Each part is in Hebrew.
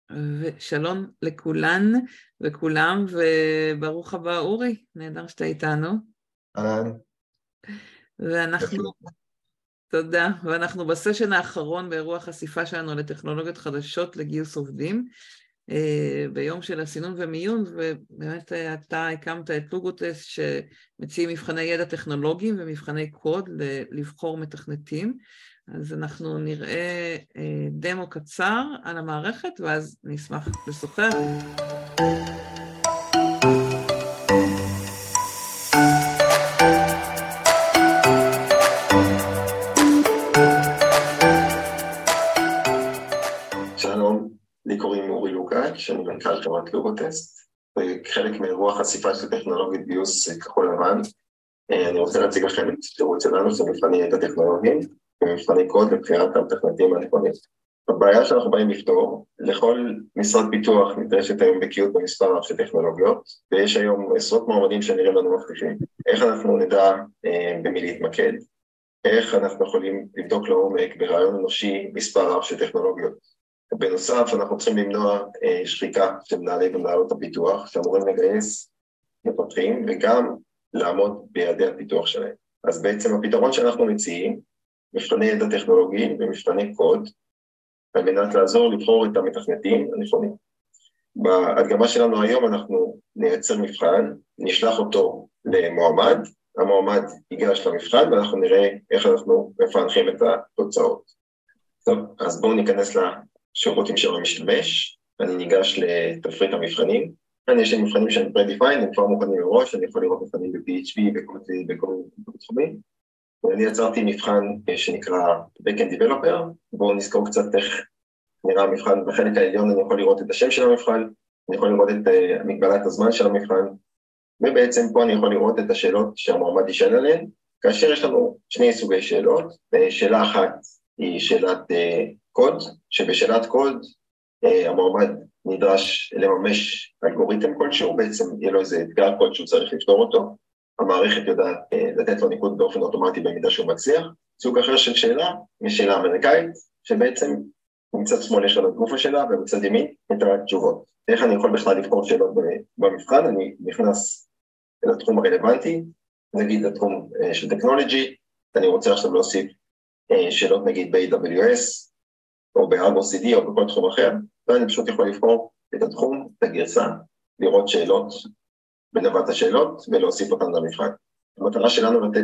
ושלום לכולן וכולם, וברוך הבא אורי, נהדר שאתה איתנו. אהלן. תודה, ואנחנו בסשן האחרון באירוע חשיפה שלנו לטכנולוגיות חדשות לגיוס עובדים, ביום של הסינון ומיון, ובאמת אתה הקמת את פלוגוטס שמציעים מבחני ידע טכנולוגיים ומבחני קוד לבחור מתכנתים. אז אנחנו נראה דמו קצר על המערכת, ואז נשמח לשוחח. שלום, לי קוראים אורי לוקאץ', שאני מנכ"ל חברת פלוגוטס, וחלק מאירוע חשיפה של טכנולוגית גיוס כחול לבן. אני רוצה להציג לכם את השירות שלנו של מבחני ידע טכנולוגיים ומבחני קוד לבחירת המתכנתים הנכונים. הבעיה שאנחנו באים לפתור, לכל משרד פיתוח נדרשת היום בקיאות במספר רב של טכנולוגיות, ויש היום עשרות מועמדים שנראים לנו מבטיחים. איך אנחנו נדע במי להתמקד? איך אנחנו יכולים לבדוק לעומק ברעיון אנושי מספר רב של טכנולוגיות? בנוסף, אנחנו צריכים למנוע שחיקה של מנהלי ומנהלות הפיתוח, שאמורים לגייס מפתחים וגם לעמוד ביעדי הפיתוח שלהם. אז בעצם הפתרון שאנחנו מציעים, מבחני ידע טכנולוגיים ומבחני קוד, על מנת לעזור לבחור את המתכנתים הנכונים. בהדגמה שלנו היום אנחנו נייצר מבחן, נשלח אותו למועמד, המועמד ייגש למבחן ואנחנו נראה איך אנחנו מפענחים את התוצאות. טוב, אז בואו ניכנס לשירותים של המשתמש, אני ניגש לתפריט המבחנים, כאן יש לי מבחנים שהם pre-defined, הם כבר מוכנים מראש, אני יכול לראות מבחנים ב-PHP בכל תחומים, ואני יצרתי מבחן שנקרא Backend Developer, בואו נזכור קצת איך נראה המבחן, בחלק העליון אני יכול לראות את השם של המבחן, אני יכול לראות את מגבלת הזמן של המבחן, ובעצם פה אני יכול לראות את השאלות שהמועמד ישאל עליהן, כאשר יש לנו שני סוגי שאלות, שאלה אחת היא שאלת קוד, שבשאלת קוד המועמד נדרש לממש אלגוריתם כלשהו, בעצם יהיה לו איזה אתגר קוד שהוא צריך לפתור אותו, המערכת יודעת לתת לו ניקוד באופן אוטומטי במידה שהוא מצליח. סוג אחר של שאלה, יש שאלה אמריקאית, שבעצם מצד שמאל יש לנו את גוף השאלה, ומצד ימין את התשובות. איך אני יכול בכלל לבחור שאלות במבחן? אני נכנס לתחום הרלוונטי, נגיד לתחום של טכנולוגי, אני רוצה עכשיו להוסיף שאלות נגיד ב-AWS, או ב-Argo CD, או בכל תחום אחר, ואני פשוט יכול לבחור את התחום, את הגרסה, לראות שאלות בנבט השאלות, ולהוסיף אותן למבחן. המטרה שלנו לתת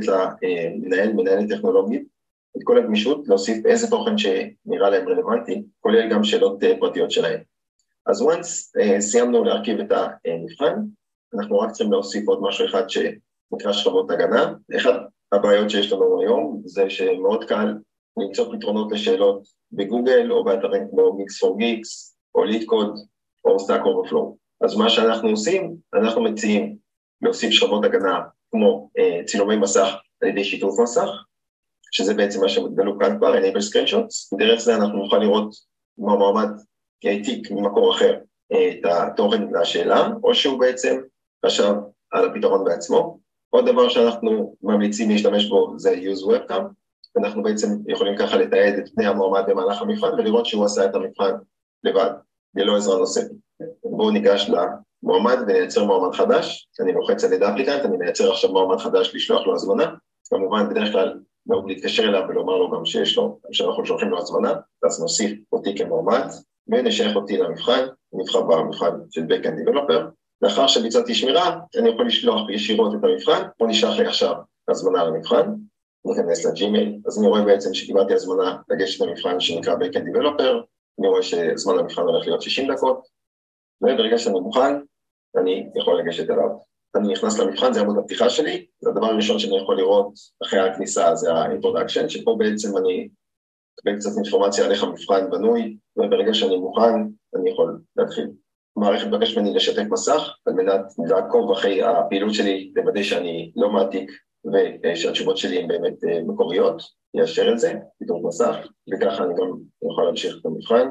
למנהל טכנולוגי, את כל הגמישות, להוסיף איזה תוכן שנראה להם רלוונטי, כולל גם שאלות פרטיות שלהם. אז once סיימנו להרכיב את המבחן, אנחנו רק צריכים להוסיף עוד משהו אחד שנקרא שכבות הגנה. אחד הבעיות שיש לנו היום זה שמאוד קל למצוא פתרונות לשאלות בגוגל או באתרים כמו Geeks4Geeks או LeetCode או Stack Overflow. אז מה שאנחנו עושים, אנחנו מציעים להוסיף שכבות הגנה כמו צילומי מסך על ידי שיתוף מסך, שזה בעצם מה שמתגלו כאן כבר, Enable Screenshots. דרך זה אנחנו נוכל לראות מה מועמד יעתיק ממקור אחר את התוכן לשאלה, או שהוא בעצם חשב על הפתרון בעצמו. עוד דבר שאנחנו ממליצים להשתמש בו זה Use Webcam, אנחנו בעצם יכולים ככה לתעד את פני המועמד במהלך המבחן, ולראות שהוא עשה את המבחן לבד, ללא עזרה נוספת. בואו ניגש למועמד ונייצר מועמד חדש, אני לוחץ על ידי אפליקנט, אני מייצר עכשיו מועמד חדש לשלוח לו הזמנה, כמובן בדרך כלל נהוג להתקשר אליו ולומר לו גם שיש לו, שאנחנו שולחים לו הזמנה, אז נוסיף אותי כמועמד, ונשייך אותי למבחן, נבחר במבחן של Backend Developer, לאחר שביצעתי שמירה, אני יכול לשלוח ישירות את המבחן, או נשלח לי עכשיו הזמנה למבחן, ניכנס לג'ימייל, אז אני רואה בעצם שקיבלתי הזמנה לגשת למבחן שנקרא Backend Developer, אני רואה שזמן המבחן הולך להיות 60 דקות, וברגע שאני מוכן, אני יכול לגשת אליו. אני נכנס למבחן, זה עמוד הפתיחה שלי, והדבר הראשון שאני יכול לראות אחרי הכניסה זה ה-introduction, שפה בעצם אני אקבל קצת אינפורמציה על איך המבחן בנוי, וברגע שאני מוכן, אני יכול להתחיל. המערכת מבקשת ממני לשתף מסך, על מנת לעקוב אחרי הפעילות שלי, לוודא שאני לא מעתיק, ושהתשובות שלי הן באמת מקוריות, יאשר את זה, פתאום מסך, וככה אני גם יכול להמשיך את המבחן.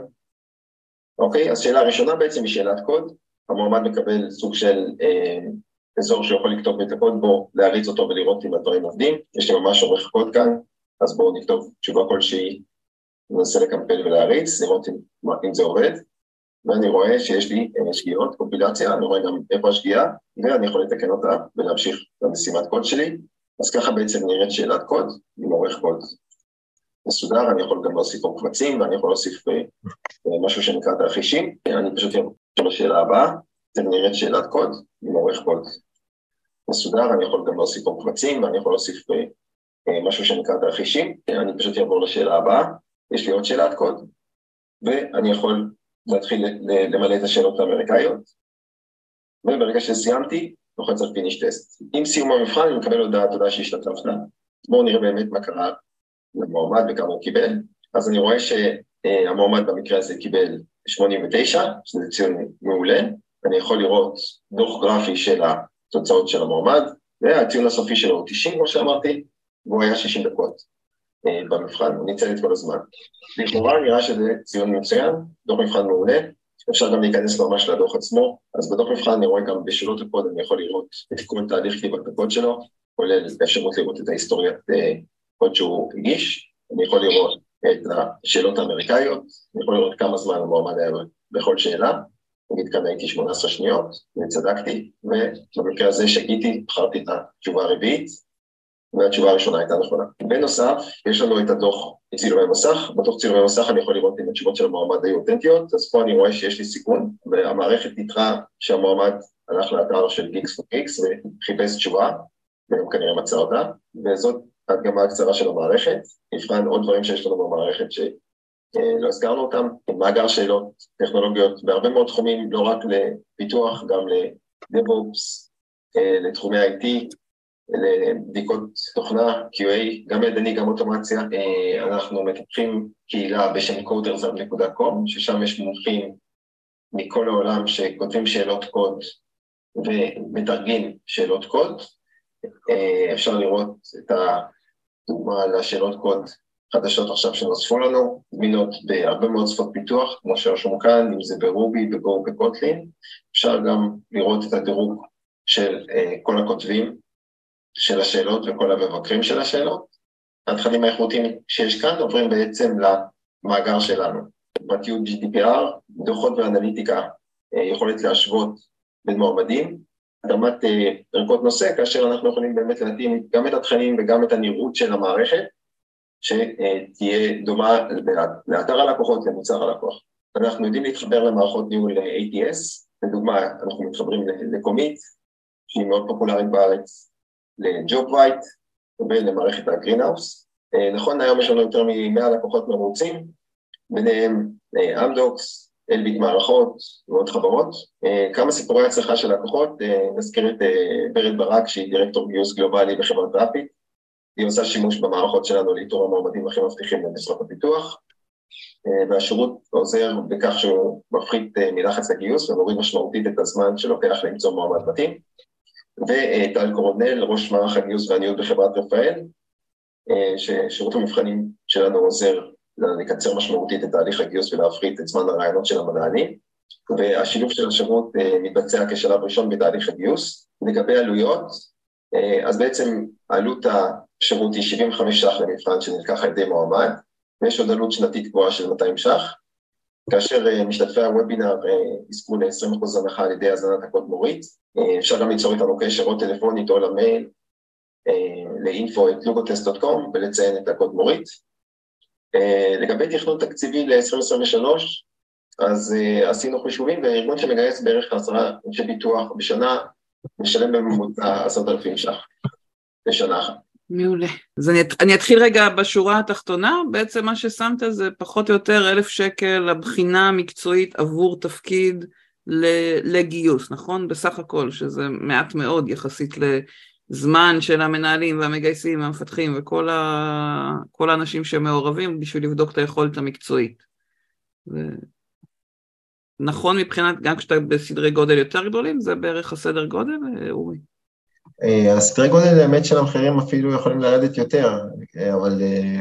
אוקיי, אז שאלה הראשונה בעצם היא שאלת קוד, המועמד מקבל סוג של אזור שיכול לכתוב את הקוד בו, להריץ אותו ולראות אם הדברים עובדים, יש לי ממש עורך קוד כאן, אז בואו נכתוב תשובה כלשהי, ננסה לקמפל ולהריץ, לראות אם זה עובד, ואני רואה שיש לי שגיאות, קומפילציה, אני רואה גם איפה השגיאה, ואני יכול לתקן אותה ולהמשיך במשימת קוד שלי. אז ככה בעצם נראית שאלת קוד עם עורך קוד מסודר. אני יכול גם להוסיף עוד קבצים, ואני יכול להוסיף משהו שנקרא תרחישים. אני פשוט אעבור לשאלה הבאה, זה נראית שאלת קוד עם עורך קוד מסודר. אני יכול גם להוסיף עוד קבצים, ואני יכול להוסיף משהו שנקרא תרחישים. אני פשוט אעבור לשאלה הבאה, יש לי עוד שאלת קוד, ואני יכול להתחיל למלא את השאלות האמריקאיות, וברגע שסיימתי, לוחץ על finish test. עם סיום המבחן, אני מקבל הודעה, תודה שהשתתפת. בואו נראה באמת מה קרה למועמד וכמה הוא קיבל. אז אני רואה שהמועמד במקרה הזה קיבל 89, שזה ציון מעולה. אני יכול לראות דוח גרפי של התוצאות של המועמד, והציון הסופי שלו הוא 90, כמו שאמרתי, והוא היה 60 דקות במבחן, הוא ניצל את כל הזמן. לכאורה נראה שזה ציון מצוין, דוח מבחן מעולה, אפשר גם להיכנס ממש לדוח עצמו, אז בדוח מבחן אני רואה גם בשורות הקוד, אני יכול לראות את כל תהליך כתיבת הקוד שלו, כולל אפשרות לראות את ההיסטוריית קוד שהוא הגיש, אני יכול לראות את השאלות האמריקאיות, אני יכול לראות כמה זמן המועמד היה בכל שאלה, נגיד כאן הייתי 18 שניות, וצדקתי, ובמקרה הזה שגיתי, בחרתי את התשובה הרביעית, והתשובה הראשונה הייתה נכונה. בנוסף, יש לנו את הדוח צילומי מסך, בדוח צילומי מסך אני יכול לראות אם התשובות של המועמד היו אותנטיות, אז פה אני רואה שיש לי סיכון, והמערכת תקרא שהמועמד הלך לאתר של Geeks4Geeks וחיפש תשובה, וגם כנראה מצא אותה, וזאת הדגמה הקצרה של המערכת. נבחן עוד דברים שיש לנו במערכת שלא הזכרנו אותם, מאגר שאלות טכנולוגיות בהרבה מאוד תחומים, לא רק לפיתוח, גם ל-DevOps, לתחומי IT, לבדיקות תוכנה, QA, גם ידני, גם אוטומציה. אנחנו מטפחים קהילה בשם coderzam.com, ששם יש מומחים מכל העולם שכותבים שאלות קוד ומתרגים שאלות קוד. אפשר לראות את הדוגמה לשאלות קוד חדשות עכשיו שנוספו לנו, זמינות בהרבה מאוד שפות פיתוח, כמו שרשום כאן, אם זה ברובי, בגו, בקוטלין. אפשר גם לראות את הדירוג של כל הכותבים של השאלות וכל המבקרים של השאלות. התכנים האיכותיים שיש כאן עוברים בעצם למאגר שלנו. בתיעוד GDPR, דוחות ואנליטיקה, יכולת להשוות בין מועמדים, התאמת ערכות נושא, כאשר אנחנו יכולים באמת להתאים גם את התכנים וגם את הנראות של המערכת, שתהיה דומה לאתר הלקוחות, למוצר הלקוח. אנחנו יודעים להתחבר למערכות ניהול ATS, לדוגמה, אנחנו מתחברים לקומית, שהיא מאוד פופולרית בארץ, לג'ובווייט ולמערכת הגרינהאוס. נכון, היום יש לנו יותר מ-100 לקוחות מרוצים, ביניהם אמדוקס, אלביט מערכות ועוד חברות. כמה סיפורי הצלחה של לקוחות, נזכיר את ורד ברק, שהיא דירקטור גיוס גלובלי בחברת רפיד, היא עושה שימוש במערכות שלנו לאיתור המועמדים הכי מבטיחים למשרות הפיתוח, והשירות עוזר בכך שהוא מפחית מלחץ לגיוס ומוריד משמעותית את הזמן שלוקח למצוא מועמד מתאים. וטל קורונל, ראש מערך הגיוס והניהול בחברת רפאל, ששירות המבחנים שלנו עוזר לקצר משמעותית את תהליך הגיוס ולהפחית את זמן הרעיונות של המנהלים, והשילוב של השירות מתבצע כשלב ראשון בתהליך הגיוס. לגבי עלויות, אז בעצם עלות השירות היא 75 ש"ח למבחן שנלקח על ידי מועמד, ויש עוד עלות שנתית גבוהה של 200 ש"ח, כאשר משתתפי הוובינר יזכו ל-20% הנחה על ידי הזנת הקוד מורית. אפשר גם ליצור איתנו קשר או טלפונית או למייל ל-info@lugotest.com ולציין את הקוד מורית. לגבי תכנון תקציבי ל-2023, אז עשינו חישובים, וארגון שמגייס בערך 10 אנשי פיתוח בשנה, משלם בממוצע 10,000 ש"ח בשנה אחת. מעולה. אז אני אתחיל רגע בשורה התחתונה, בעצם מה ששמת זה פחות או יותר 1,000 שקל לבחינה המקצועית עבור תפקיד לגיוס, נכון? בסך הכל, שזה מעט מאוד יחסית לזמן של המנהלים והמגייסים והמפתחים וכל האנשים שמעורבים בשביל לבדוק את היכולת המקצועית. נכון מבחינת, גם כשאתה בסדרי גודל יותר גדולים, זה בערך הסדר גודל, אורי? הסדרי גודל האמת של המחירים אפילו יכולים לרדת יותר, אבל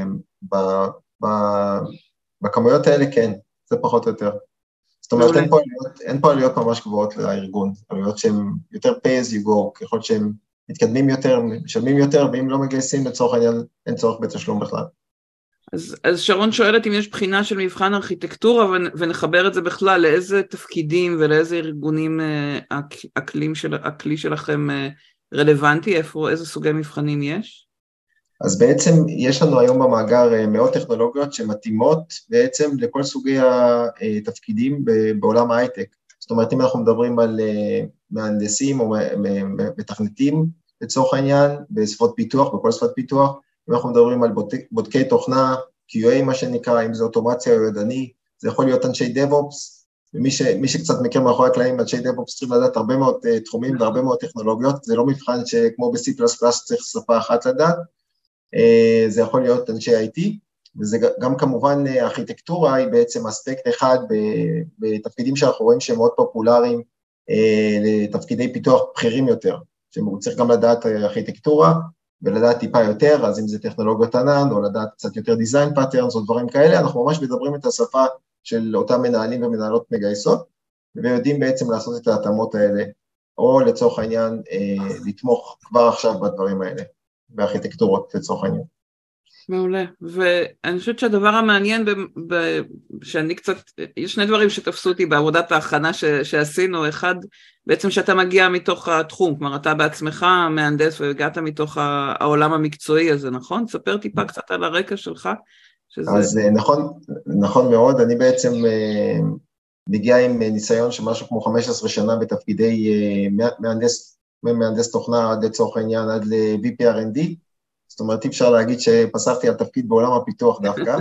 בכמויות האלה כן, זה פחות או יותר. זאת אומרת, אין פה עלויות ממש גבוהות לארגון, עלויות שהן יותר pay as you go, ככל שהם מתקדמים יותר, משלמים יותר, ואם לא מגייסים לצורך העניין, אין צורך בתשלום בכלל. אז שרון שואלת אם יש בחינה של מבחן ארכיטקטורה, ונחבר את זה בכלל, לאיזה תפקידים ולאיזה ארגונים הכלי שלכם רלוונטי, איזה סוגי מבחנים יש? אז בעצם יש לנו היום במאגר מאות טכנולוגיות שמתאימות בעצם לכל סוגי התפקידים בעולם ההייטק. זאת אומרת, אם אנחנו מדברים על מהנדסים או מתכנתים לצורך העניין, בשפות פיתוח, בכל שפת פיתוח, אם אנחנו מדברים על בודקי תוכנה, QA מה שנקרא, אם זה אוטומציה או ידני, זה יכול להיות אנשי DevOps, ומי שקצת מכיר מאחורי הקלעים, אנשי DevOps צריכים לדעת הרבה מאוד תחומים והרבה מאוד טכנולוגיות, זה לא מבחן שכמו ב-C++ צריך שפה אחת לדעת, זה יכול להיות אנשי IT, וזה גם כמובן ארכיטקטורה היא בעצם אספקט אחד בתפקידים שאנחנו רואים שהם מאוד פופולריים לתפקידי פיתוח בכירים יותר, שהוא צריך גם לדעת ארכיטקטורה ולדעת טיפה יותר, אז אם זה טכנולוגיות ענן או לדעת קצת יותר דיזיין פאטרנס או דברים כאלה, אנחנו ממש מדברים את השפה של אותם מנהלים ומנהלות מגייסות, ויודעים בעצם לעשות את ההתאמות האלה, או לצורך העניין לתמוך כבר עכשיו בדברים האלה. בארכיטקטורות לצורך העניין. מעולה, ואני חושבת שהדבר המעניין, שאני קצת, יש שני דברים שתפסו אותי בעבודת ההכנה שעשינו, אחד, בעצם שאתה מגיע מתוך התחום, כלומר אתה בעצמך מהנדס והגעת מתוך העולם המקצועי הזה, נכון? תספר טיפה קצת על הרקע שלך. אז נכון מאוד, אני בעצם מגיע עם ניסיון של משהו כמו 15 שנה בתפקידי מהנדס תוכנה עד לצורך העניין, עד ל-VP R&D, זאת אומרת, אי אפשר להגיד שפסחתי על תפקיד בעולם הפיתוח דווקא,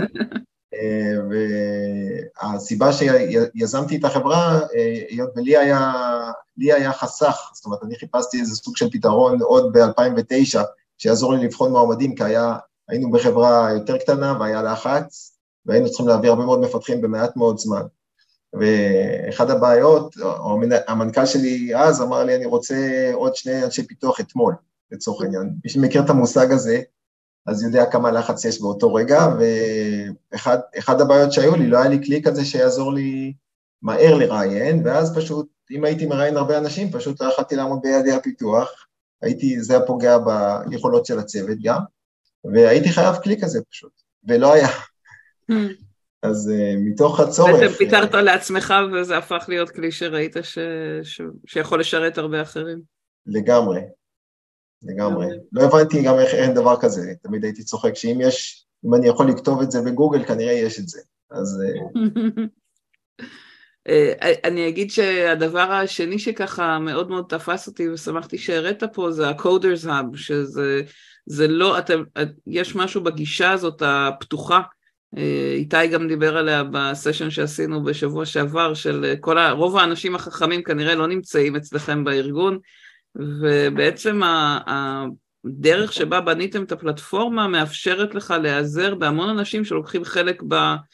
והסיבה שיזמתי את החברה, היות ולי היה חסך, זאת אומרת, אני חיפשתי איזה סוג של פתרון עוד ב-2009, שיעזור לי לבחון מועמדים, כי היינו בחברה יותר קטנה, והיה לחץ, והיינו צריכים להביא הרבה מאוד מפתחים במעט מאוד זמן. ואחד הבעיות, המנכ"ל שלי אז אמר לי, אני רוצה עוד 2 אנשי פיתוח אתמול, לצורך העניין. מי שמכיר את המושג הזה, אז יודע כמה לחץ יש באותו רגע, ואחד הבעיות שהיו לי, לא היה לי כלי כזה שיעזור לי מהר לראיין, ואז פשוט, אם הייתי מראיין הרבה אנשים, פשוט לא יכולתי לעמוד ביעדי הפיתוח, זה הפוגע ביכולות של הצוות גם, והייתי חייב כלי כזה פשוט, ולא היה. אז מתוך הצורך... ואתם פיתרת לעצמך, וזה הפך להיות כלי שראית שיכול לשרת הרבה אחרים. לגמרי. לא הבנתי גם איך אין דבר כזה, תמיד הייתי צוחק שאם אני יכול לכתוב את זה בגוגל, כנראה יש את זה. אז... אני אגיד שהדבר השני שככה מאוד מאוד תפס אותי, ושמחתי שהראית פה, זה ה-Coders Hub, שזה לא, יש משהו בגישה הזאת הפתוחה, איתי גם דיבר עליה בסשן שעשינו בשבוע שעבר, של רוב האנשים החכמים כנראה לא נמצאים אצלכם בארגון, ובעצם הדרך שבה בניתם את הפלטפורמה מאפשרת לך להיעזר בהמון אנשים שלוקחים חלק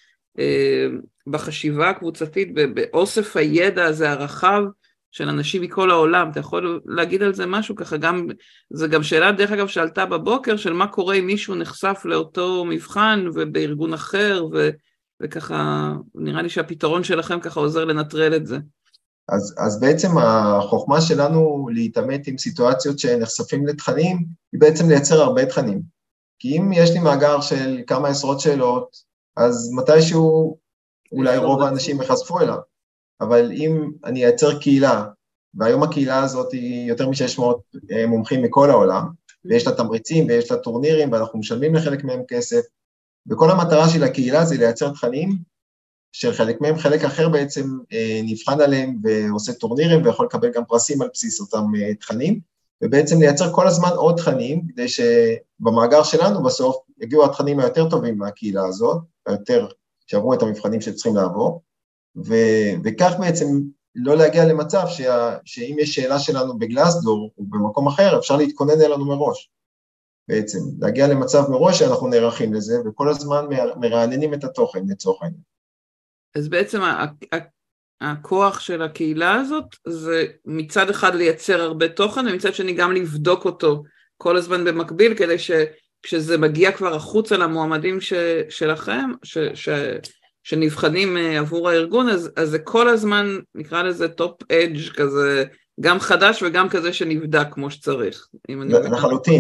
בחשיבה הקבוצתית, באוסף הידע הזה הרחב של אנשים מכל העולם. אתה יכול להגיד על זה משהו ככה, זה גם שאלה דרך אגב שעלתה בבוקר, של מה קורה אם מישהו נחשף לאותו מבחן ובארגון אחר, וככה נראה לי שהפתרון שלכם ככה עוזר לנטרל את זה. אז בעצם החוכמה שלנו להתאמת עם סיטואציות שנחשפים לתכנים, היא בעצם לייצר הרבה תכנים. כי אם יש לי מאגר של כמה עשרות שאלות, אז מתישהו אולי רוב האנשים יחשפו אליו. אבל אם אני אייצר קהילה, והיום הקהילה הזאת היא יותר מ-600 מומחים מכל העולם, ויש לה תמריצים ויש לה טורנירים, ואנחנו משלמים לחלק מהם כסף, וכל המטרה של הקהילה זה לייצר תכנים, של חלק מהם, חלק אחר בעצם נבחן עליהם ועושה טורנירים, ויכול לקבל גם פרסים על בסיס אותם תכנים, ובעצם לייצר כל הזמן עוד תכנים, כדי שבמאגר שלנו בסוף יגיעו התכנים היותר טובים מהקהילה הזאת, היותר שעברו את המבחנים שצריכים לעבור, וכך בעצם לא להגיע למצב שאם יש שאלה שלנו בגלאסדור או במקום אחר, אפשר להתכונן אלינו מראש. בעצם, להגיע למצב מראש שאנחנו נערכים לזה, וכל הזמן מרעננים את התוכן לצורך העניין. אז בעצם הכוח של הקהילה הזאת, זה מצד אחד לייצר הרבה תוכן, ומצד שני גם לבדוק אותו כל הזמן במקביל, כדי שכשזה מגיע כבר החוצה למועמדים שלכם, שנבחנים עבור הארגון, אז זה כל הזמן, נקרא לזה טופ אדג' כזה, גם חדש וגם כזה שנבדק כמו שצריך. לחלוטין.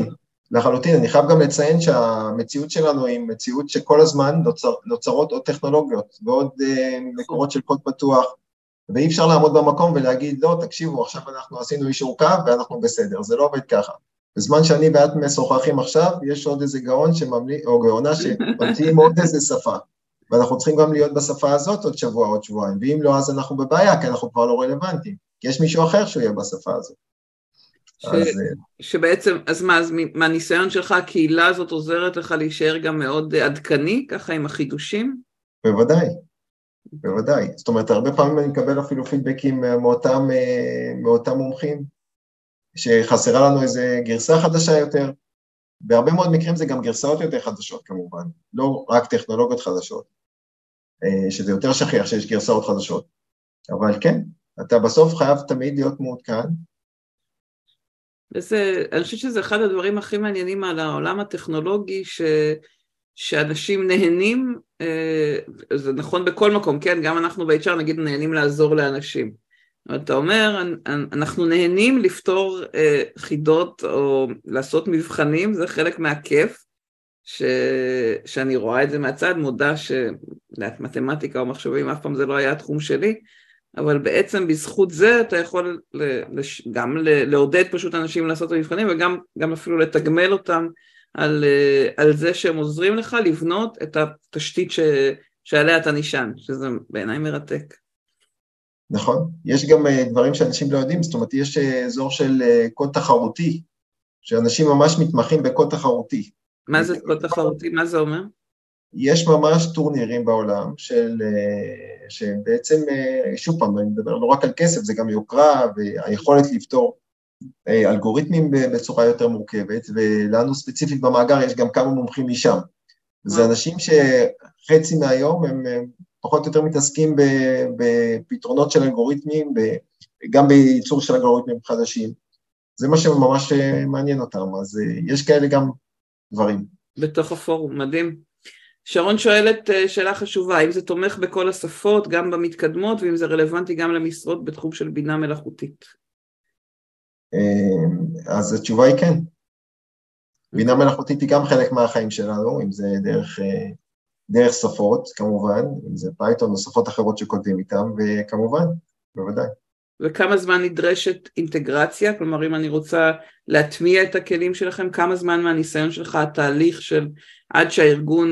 לחלוטין, אני חייב גם לציין שהמציאות שלנו היא מציאות שכל הזמן נוצרות עוד טכנולוגיות ועוד מקורות של קוד פתוח, ואי אפשר לעמוד במקום ולהגיד, לא, תקשיבו, עכשיו אנחנו עשינו אישור קו ואנחנו בסדר, זה לא עובד ככה. בזמן שאני ואת משוחחים עכשיו, יש עוד איזה גאון או גאונה שממציאים עוד איזה שפה, ואנחנו צריכים גם להיות בשפה הזאת עוד שבוע, עוד שבועיים, ואם לא, אז אנחנו בבעיה, כי אנחנו כבר לא רלוונטיים, כי יש מישהו אחר שהוא יהיה בשפה הזאת. שבעצם, אז מה, אז מהניסיון שלך, הקהילה הזאת עוזרת לך להישאר גם מאוד עדכני, ככה עם החידושים? בוודאי, בוודאי. זאת אומרת, הרבה פעמים אני מקבל אפילו פידבקים מאותם מומחים, שחסרה לנו איזה גרסה חדשה יותר. בהרבה מאוד מקרים זה גם גרסאות יותר חדשות כמובן, לא רק טכנולוגיות חדשות, שזה יותר שכיח שיש גרסאות חדשות. אבל כן, אתה בסוף חייב תמיד להיות מעודכן. אני חושבת שזה אחד הדברים הכי מעניינים על העולם הטכנולוגי, שאנשים נהנים, זה נכון בכל מקום, כן, גם אנחנו ב-HR נגיד נהנים לעזור לאנשים. אבל אתה אומר, אנחנו נהנים לפתור חידות או לעשות מבחנים, זה חלק מהכיף, שאני רואה את זה מהצד, מודה מתמטיקה או מחשבים, אף פעם זה לא היה התחום שלי, אבל בעצם בזכות זה אתה יכול גם לעודד פשוט אנשים לעשות את המבחנים, וגם אפילו לתגמל אותם על זה שהם עוזרים לך לבנות את התשתית שעליה אתה נשען, שזה בעיניי מרתק. נכון, יש גם דברים שאנשים לא יודעים, זאת אומרת, יש אזור של קוד תחרותי, שאנשים ממש מתמחים בקוד תחרותי. מה זה קוד תחרותי? מה זה אומר? יש ממש טורנירים בעולם שבעצם, שוב פעם, אני מדבר לא רק על כסף, זה גם יוקרה והיכולת לפתור אלגוריתמים בצורה יותר מורכבת, ולנו ספציפית במאגר יש גם כמה מומחים משם. זה אנשים שחצי מהיום הם פחות או יותר מתעסקים בפתרונות של אלגוריתמים, גם בייצור של אלגוריתמים חדשים. זה מה שממש מעניין אותם, אז יש כאלה גם דברים. בתוך הפורום, מדהים. שרון שואלת שאלה חשובה, האם זה תומך בכל השפות, גם במתקדמות, ואם זה רלוונטי גם למשרות בתחום של בינה מלאכותית? אז התשובה היא כן. בינה מלאכותית היא גם חלק מהחיים שלנו, אם זה דרך שפות, כמובן, אם זה פייתון או שפות אחרות שכותבים איתם, וכמובן, בוודאי. וכמה זמן נדרשת אינטגרציה? כלומר, אם אני רוצה להטמיע את הכלים שלכם, כמה זמן מהניסיון שלך, התהליך של עד שהארגון,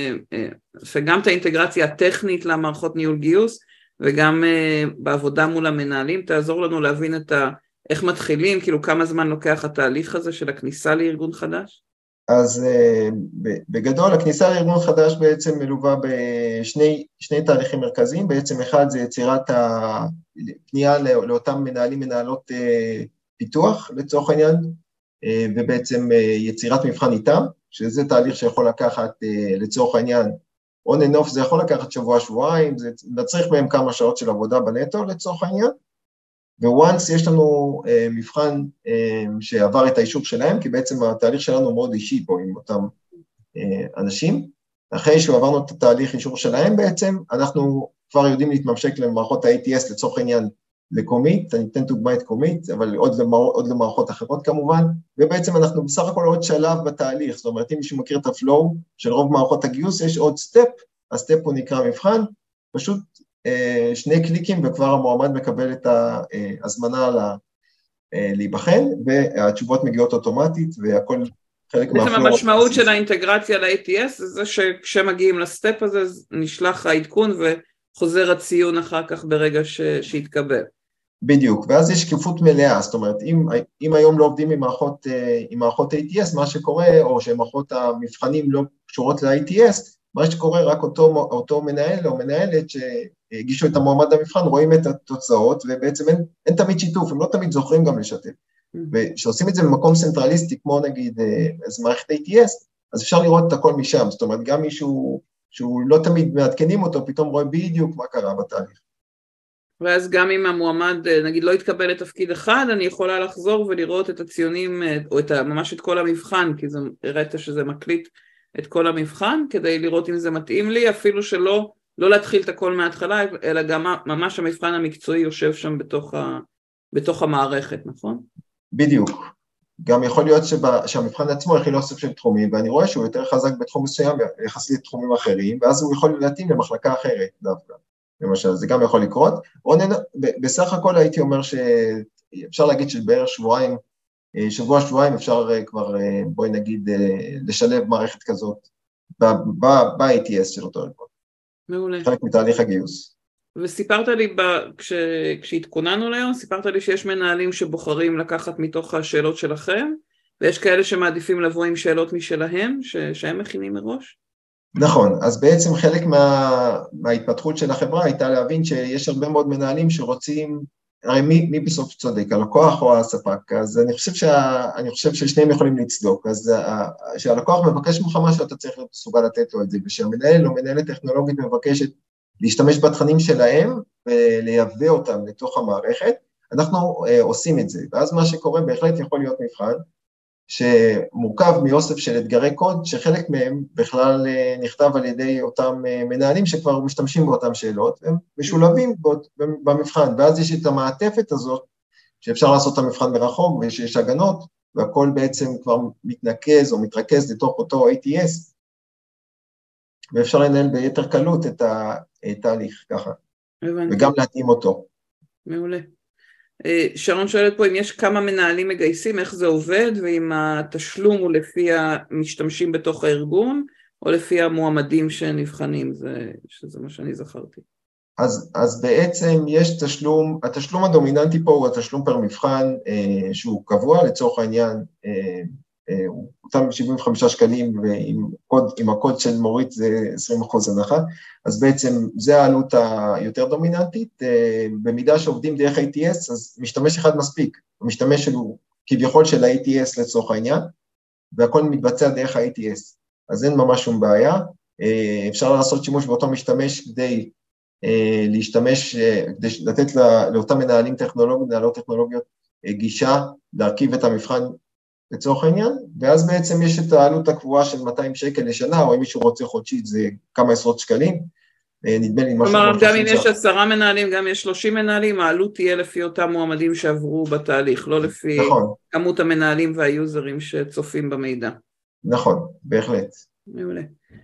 וגם את האינטגרציה הטכנית למערכות ניהול גיוס, וגם בעבודה מול המנהלים, תעזור לנו להבין איך מתחילים, כאילו כמה זמן לוקח התהליך הזה של הכניסה לארגון חדש? אז בגדול, הכניסה לארגון חדש בעצם מלווה בשני תהליכים מרכזיים, בעצם אחד זה יצירת הפנייה לאותם מנהלים, מנהלות פיתוח לצורך העניין, ובעצם יצירת מבחן איתם, שזה תהליך שיכול לקחת לצורך העניין, on and off זה יכול לקחת שבוע, שבועיים, זה מצריך בהם כמה שעות של עבודה בנטו לצורך העניין, וואנס יש לנו מבחן שעבר את האישור שלהם, כי בעצם התהליך שלנו מאוד אישי פה עם אותם אנשים, אחרי שעברנו את התהליך אישור שלהם בעצם, אנחנו כבר יודעים להתממשק למערכות ה-ATS לצורך העניין לקומית, אני אתן דוגמה את קומית, אבל עוד למערכות אחרות כמובן, ובעצם אנחנו בסך הכל עוד שלב בתהליך, זאת אומרת אם מישהו מכיר את הפלואו של רוב מערכות הגיוס, יש עוד סטפ, הסטפ הוא נקרא מבחן, פשוט שני קליקים וכבר המועמד מקבל את ההזמנה להיבחן, והתשובות מגיעות אוטומטית והכל חלק מהפלואו. בעצם המשמעות של האינטגרציה ל-ATS זה שכשמגיעים לסטפ הזה נשלח העדכון וחוזר הציון אחר כך ברגע שיתקבל. בדיוק, ואז יש שקיפות מלאה, זאת אומרת, אם היום לא עובדים עם מערכות ATS, מה שקורה, או שמערכות המבחנים לא קשורות ל-ATS, מה שקורה רק אותו מנהל או מנהלת שהגישו את המועמד למבחן, רואים את התוצאות, ובעצם אין תמיד שיתוף, הם לא תמיד זוכרים גם לשתף. ושעושים את זה במקום סנטרליסטי, כמו נגיד איזו מערכת ATS, אז אפשר לראות את הכל משם, זאת אומרת, גם מישהו שהוא לא תמיד מעדכנים אותו, פתאום רואה בדיוק מה קרה בתהליך. ואז גם אם המועמד, נגיד, לא יתקבל לתפקיד אחד, אני יכולה לחזור ולראות את הציונים, או ממש את כל המבחן, כי זה הראית שזה מקליט את כל המבחן, כדי לראות אם זה מתאים לי, אפילו שלא להתחיל את הכל מההתחלה, אלא גם ממש המבחן המקצועי יושב שם בתוך המערכת, נכון? בדיוק, גם יכול להיות שהמבחן עצמו הכיל אוסף של תחומים, ואני רואה שהוא יותר חזק בתחום מסוים יחסית לתחומים אחרים, ואז הוא יכול להתאים למחלקה אחרת דווקא. למשל, זה גם יכול לקרות. בסך הכל הייתי אומר שאפשר להגיד שבערך שבוע-שבועיים אפשר כבר, בואי נגיד, לשלב מערכת כזאת ב-ATS של אותו ארגון. מעולה. חלק מתהליך הגיוס. וסיפרת לי, כשהתכוננו ליום, סיפרת לי שיש מנהלים שבוחרים לקחת מתוך השאלות שלכם, ויש כאלה שמעדיפים לבוא עם שאלות משלהם, שהם מכינים מראש? נכון, אז בעצם חלק מההתפתחות של החברה הייתה להבין שיש הרבה מאוד מנהלים שרוצים, הרי מי בסוף צודק, הלקוח או הספק, אז אני חושב ששניהם יכולים לצדוק, אז שהלקוח מבקש ממך משהו, אתה צריך להיות מסוגל לתת לו את זה, ושהמנהל או מנהלת טכנולוגית מבקשת להשתמש בתכנים שלהם ולייבא אותם לתוך המערכת, אנחנו עושים את זה, ואז מה שקורה בהחלט יכול להיות מבחן, שמורכב מאוסף של אתגרי קוד, שחלק מהם בכלל נכתב על ידי אותם מנהלים שכבר משתמשים באותם שאלות, הם משולבים במבחן, ואז יש את המעטפת הזאת, שאפשר לעשות את המבחן מרחוק, ושיש הגנות, והכל בעצם כבר מתנקז או מתרכז לתוך אותו ATS, ואפשר לנהל ביתר קלות את התהליך ככה, וגם להתאים אותו. מעולה. שרון שואלת פה אם יש כמה מנהלים מגייסים, איך זה עובד, ואם התשלום הוא לפי המשתמשים בתוך הארגון, או לפי המועמדים שנבחנים, שזה מה שאני זכרתי. אז בעצם יש התשלום הדומיננטי פה הוא התשלום פר מבחן, שהוא קבוע לצורך העניין, אותם 75 שקלים, ועם הקוד של מורית זה 20% הנחה, אז בעצם זה העלות היותר דומיננטית, במידה שעובדים דרך ATS, אז משתמש אחד מספיק, המשתמש שלו כביכול של ה-ATS לצורך העניין, והכל מתבצע דרך ה-ATS, אז אין ממש שום בעיה, אפשר לעשות שימוש באותו משתמש כדי להשתמש, כדי לתת לאותם מנהלים טכנולוגיים, מנהלות טכנולוגיות גישה, להרכיב את המבחן לצורך העניין, ואז בעצם יש את העלות הקבועה של 200 שקל לשנה, או אם מישהו רוצה חודשית זה כמה עשרות שקלים, נדמה לי משהו... כלומר, גם אם יש 10 מנהלים, גם יש 30 מנהלים, העלות תהיה לפי אותם מועמדים שעברו בתהליך, לא לפי נכון. כמות המנהלים והיוזרים שצופים במידע. נכון, בהחלט. מעולה.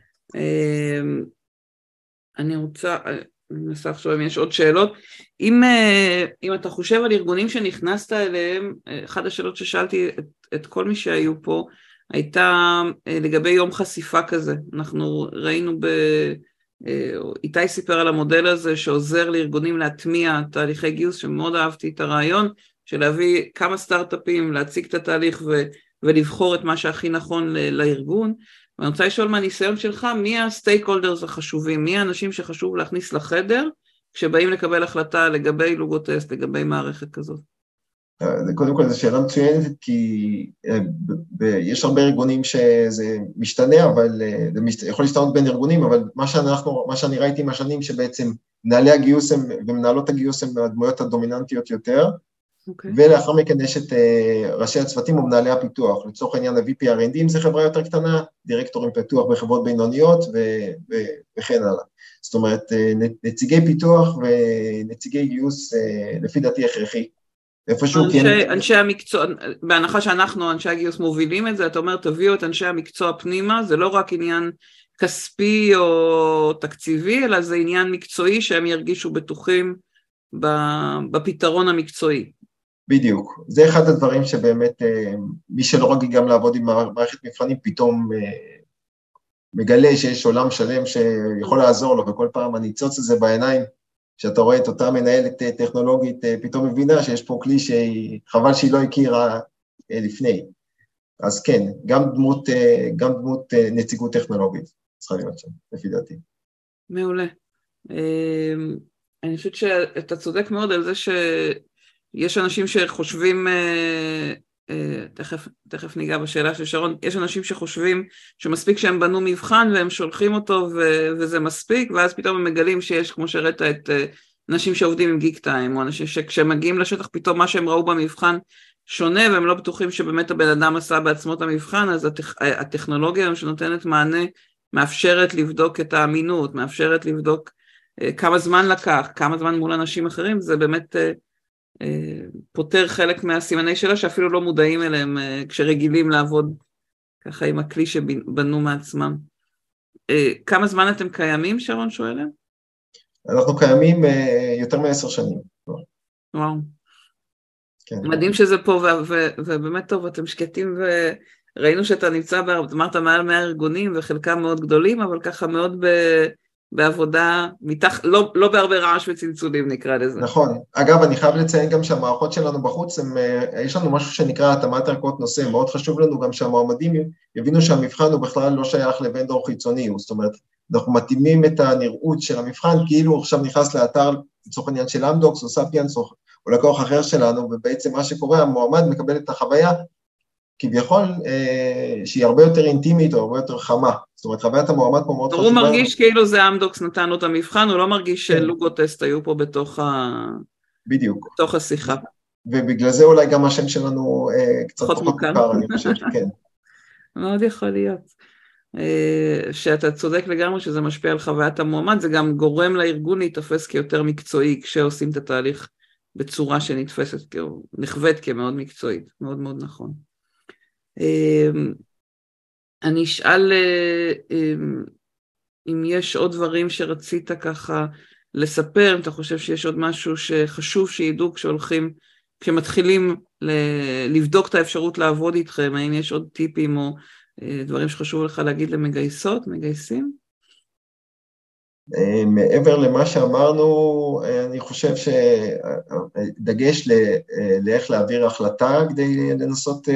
אני רוצה... אני מנסה עכשיו אם יש עוד שאלות. אם אתה חושב על ארגונים שנכנסת אליהם, אחת השאלות ששאלתי את כל מי שהיו פה, הייתה לגבי יום חשיפה כזה. אנחנו ראינו איתי סיפר על המודל הזה שעוזר לארגונים להטמיע תהליכי גיוס, שמאוד אהבתי את הרעיון, של להביא כמה סטארט-אפים, להציג את התהליך ולבחור את מה שהכי נכון לארגון. ואני רוצה לשאול מהניסיון שלך, מי הסטייקהולדרס החשובים, מי האנשים שחשוב להכניס לחדר, כשבאים לקבל החלטה לגבי לוגוטסט, לגבי מערכת כזאת? קודם כל, זו שאלה מצוינת, כי יש הרבה ארגונים שזה משתנה, אבל זה יכול להשתנות בין ארגונים, אבל מה שאני ראיתי עם השנים, שבעצם מנהלי הגיוס ומנהלות הגיוס הם הדמויות הדומיננטיות יותר, ולאחר מכן יש את ראשי הצוותים ומנהלי הפיתוח, לצורך העניין ה-VP R&D, אם זה חברה יותר קטנה, דירקטורים פיתוח בחברות בינוניות וכן הלאה. זאת אומרת, נציגי פיתוח ונציגי גיוס לפי דעתי הכרחי. אנשי המקצוע, בהנחה שאנחנו אנשי הגיוס מובילים את זה, אתה אומר תביאו את אנשי המקצוע פנימה, זה לא רק עניין כספי או תקציבי, אלא זה עניין מקצועי שהם ירגישו בטוחים בפתרון המקצועי. בדיוק, זה אחד הדברים שבאמת מי שלא רגיל גם לעבוד עם מערכת מבחנים פתאום מגלה שיש עולם שלם שיכול לעזור לו, וכל פעם הניצוץ הזה בעיניים, שאתה רואה את אותה מנהלת טכנולוגית פתאום מבינה שיש פה כלי שחבל שהיא לא הכירה לפני. אז כן, גם דמות נציגות טכנולוגית צריכה להיות שם, לפי דעתי. מעולה. אני חושבת שאתה צודק מאוד על זה שיש אנשים שחושבים, תכף ניגע בשאלה של שרון, יש אנשים שחושבים שמספיק שהם בנו מבחן והם שולחים אותו וזה מספיק, ואז פתאום הם מגלים שיש, כמו שהראית, את אנשים שעובדים עם גיק טיים, או אנשים שכשהם מגיעים לשטח פתאום מה שהם ראו במבחן שונה, והם לא בטוחים שבאמת הבן אדם עשה בעצמו את המבחן, אז הטכנולוגיה שנותנת מענה מאפשרת לבדוק את האמינות, מאפשרת לבדוק כמה זמן לקח, כמה זמן מול אנשים אחרים, זה באמת פותר חלק מהסימני שלה שאפילו לא מודעים אליהם כשרגילים לעבוד ככה עם הכלי שבנו מעצמם. כמה זמן אתם קיימים, שרון שואלת? אנחנו קיימים יותר מ10 שנים. וואו. כן. מדהים שזה פה, ובאמת טוב, אתם שקטים, וראינו שאתה נמצא, אמרת מעל 100 ארגונים, וחלקם מאוד גדולים, אבל ככה מאוד בעבודה, לא בהרבה רעש וצלצולים נקרא לזה. נכון. אגב, אני חייב לציין גם שהמערכות שלנו בחוץ, יש לנו משהו שנקרא התאמת ערכות נושא, מאוד חשוב לנו גם שהמועמדים יבינו שהמבחן הוא בכלל לא שייך לוונדור חיצוני, זאת אומרת, אנחנו מתאימים את הנראות של המבחן, כאילו עכשיו נכנס לאתר, לצורך העניין של אמדוקס או ספיאנס או לקוח אחר שלנו, ובעצם מה שקורה, המועמד מקבל את החוויה, כביכול שהיא הרבה יותר אינטימית או הרבה יותר חמה, זאת אומרת, חוויית המועמד פה מאוד חשובה. הוא מרגיש כאילו זה אמדוקס נתן לו את המבחן, הוא לא מרגיש שלוגוטסט היו פה בדיוק. בתוך השיחה. ובגלל זה אולי גם השם שלנו קצת פחות מוכר, אני חושב, כן. מאוד יכול להיות. שאתה צודק לגמרי שזה משפיע על חוויית המועמד, זה גם גורם לארגון להתאפס כיותר מקצועי, כשעושים את התהליך בצורה שנתפסת, נחווית כמאוד מקצועית, מאוד מאוד נכון. אני אשאל אם יש עוד דברים שרצית ככה לספר, אם אתה חושב שיש עוד משהו שחשוב שידעו כשמתחילים לבדוק את האפשרות לעבוד איתכם, האם יש עוד טיפים או דברים שחשוב לך להגיד מגייסים? מעבר למה שאמרנו, אני חושב שדגש לאיך להעביר החלטה כדי לנסות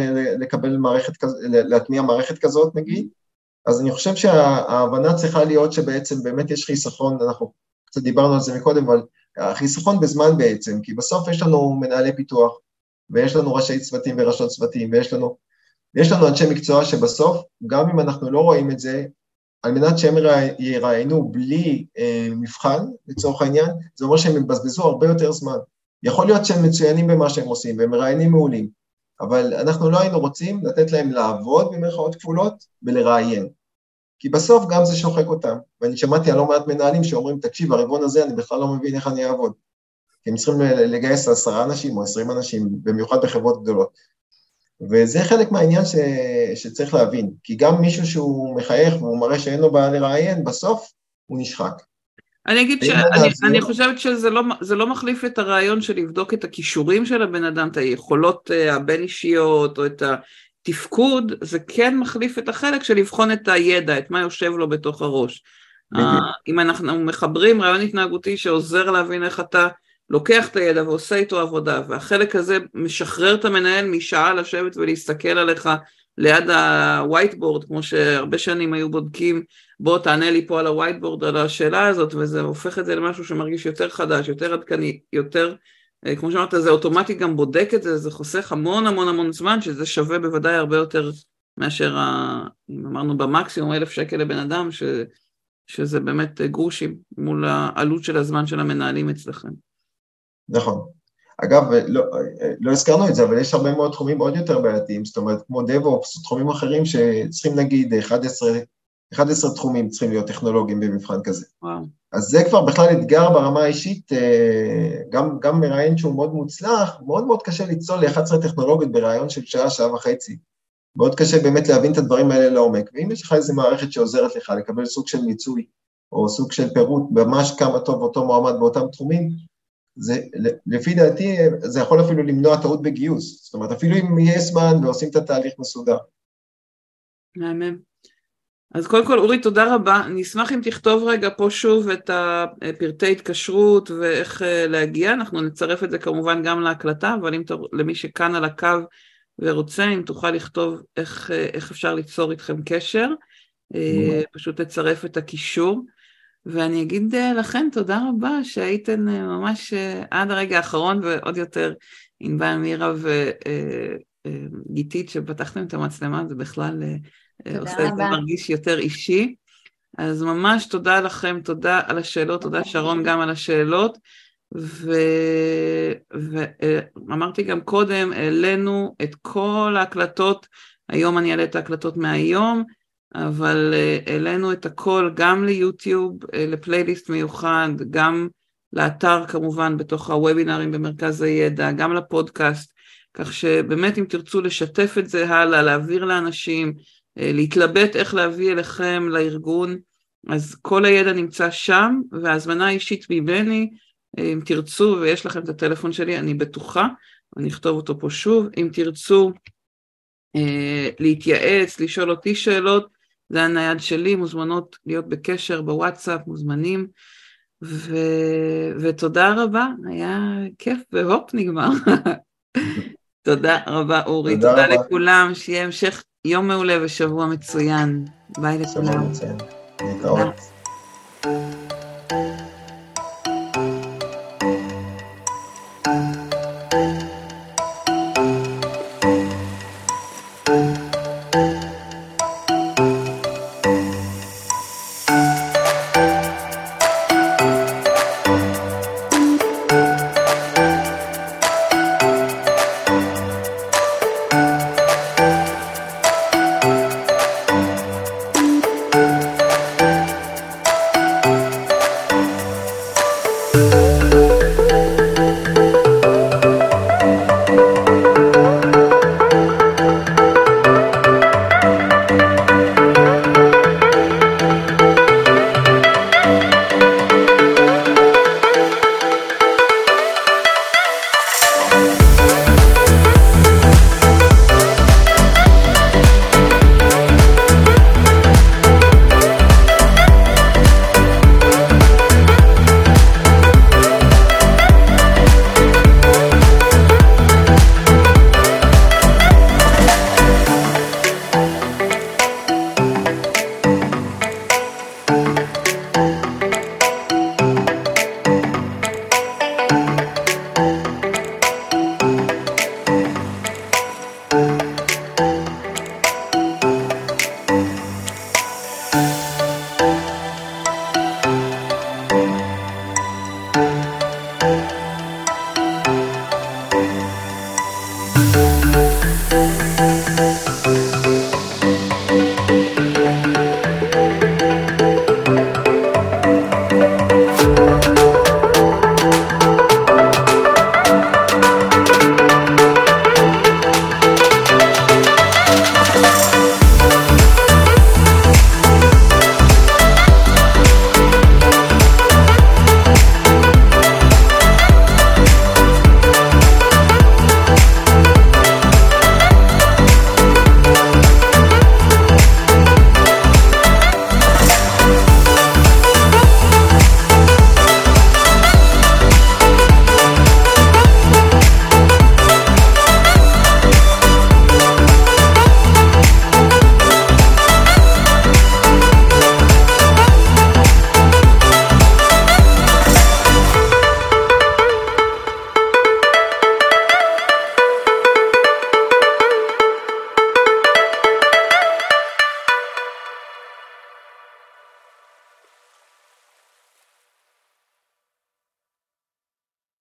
להטמיע מערכת כזאת נגיד, אז אני חושב שההבנה צריכה להיות שבעצם באמת יש חיסכון, אנחנו קצת דיברנו על זה מקודם, אבל החיסכון בזמן בעצם, כי בסוף יש לנו מנהלי פיתוח, ויש לנו ראשי צוותים וראשות צוותים, ויש לנו אנשי מקצוע שבסוף, גם אם אנחנו לא רואים את זה, על מנת שהם יראיינו בלי מבחן, לצורך העניין, זה אומר שהם מבזבזו הרבה יותר זמן. יכול להיות שהם מצוינים במה שהם עושים, והם מראיינים מעולים, אבל אנחנו לא היינו רוצים לתת להם לעבוד במרכאות כפולות ולראיין. כי בסוף גם זה שוחק אותם, ואני שמעתי על לא מעט מנהלים שאומרים, תקשיב, הרבעון הזה אני בכלל לא מבין איך אני אעבוד. כי הם צריכים לגייס 10 אנשים או 20 אנשים, במיוחד בחברות גדולות. וזה חלק מהעניין שצריך להבין, כי גם מישהו שהוא מחייך והוא מראה שאין לו בעיה לראיין, בסוף הוא נשחק. אני אגיד שאני חושבת שזה לא מחליף את הרעיון של לבדוק את הכישורים של הבן אדם, את היכולות הבין אישיות או את התפקוד, זה כן מחליף את החלק של לבחון את הידע, את מה יושב לו בתוך הראש. אם אנחנו מחברים רעיון התנהגותי שעוזר להבין איך אתה לוקח את הידע ועושה איתו עבודה, והחלק הזה משחרר את המנהל משעה לשבת ולהסתכל עליך ליד הווייטבורד, כמו שהרבה שנים היו בודקים, בוא תענה לי פה על הווייטבורד על השאלה הזאת, וזה הופך את זה למשהו שמרגיש יותר חדש, יותר עדכני, יותר, כמו שאמרת, זה אוטומטי גם בודק את זה, זה חוסך המון המון המון זמן, שזה שווה בוודאי הרבה יותר מאשר, אם אמרנו במקסימום 1,000 שקל לבן אדם, שזה באמת גרושים מול העלות של הזמן של המנהלים אצלכם. נכון. אגב, לא הזכרנו את זה, אבל יש הרבה מאוד תחומים עוד יותר בעייתיים, זאת אומרת, כמו DevOps, תחומים אחרים שצריכים נגיד 11 תחומים צריכים להיות טכנולוגיים במבחן כזה. וואו. אז זה כבר בכלל אתגר ברמה האישית, גם מראיין שהוא מאוד מוצלח, מאוד מאוד קשה ליצול ל11 טכנולוגיות ברעיון של שעה וחצי. מאוד קשה באמת להבין את הדברים האלה לעומק, ואם יש לך איזו מערכת שעוזרת לך לקבל סוג של מיצוי, או סוג של פירוט, ממש כמה טוב אותו מועמד באותם תחומים, זה, לפי דעתי, זה יכול אפילו למנוע טעות בגיוס, זאת אומרת, אפילו אם יהיה זמן ועושים את התהליך מסודר. מהמם. אז קודם כל, אורי, תודה רבה. אני אשמח אם תכתוב רגע פה שוב את הפרטי התקשרות ואיך להגיע. אנחנו נצרף את זה כמובן גם להקלטה, אבל אם למי שכאן על הקו ורוצה, אם תוכל לכתוב איך אפשר ליצור איתכם קשר, פשוט תצרף את הקישור. ואני אגיד לכם תודה רבה שהייתן ממש עד הרגע האחרון, ועוד יותר ענבל מירה וגיתית שפתחתם את המצלמה, זה בכלל עושה את זה מרגיש יותר אישי. אז ממש תודה לכם, תודה על השאלות, תודה שרון גם על השאלות, ואמרתי גם קודם, העלינו את כל ההקלטות, היום אני אעלה את ההקלטות מהיום, אבל העלינו את הכל גם ליוטיוב, לפלייליסט מיוחד, גם לאתר כמובן בתוך הוובינרים במרכז הידע, גם לפודקאסט, כך שבאמת אם תרצו לשתף את זה הלאה, להעביר לאנשים, להתלבט איך להביא אליכם לארגון, אז כל הידע נמצא שם, וההזמנה אישית ממני, אם תרצו, ויש לכם את הטלפון שלי, אני בטוחה, אני אכתוב אותו פה שוב, אם תרצו להתייעץ, לשאול אותי שאלות, זה הנייד שלי, מוזמנות להיות בקשר בוואטסאפ, מוזמנים, ותודה רבה, היה כיף, והופ נגמר. תודה רבה אורי, תודה לכולם, שיהיה המשך יום מעולה ושבוע מצוין, ביי לכולם. שבוע מצוין, להתראות.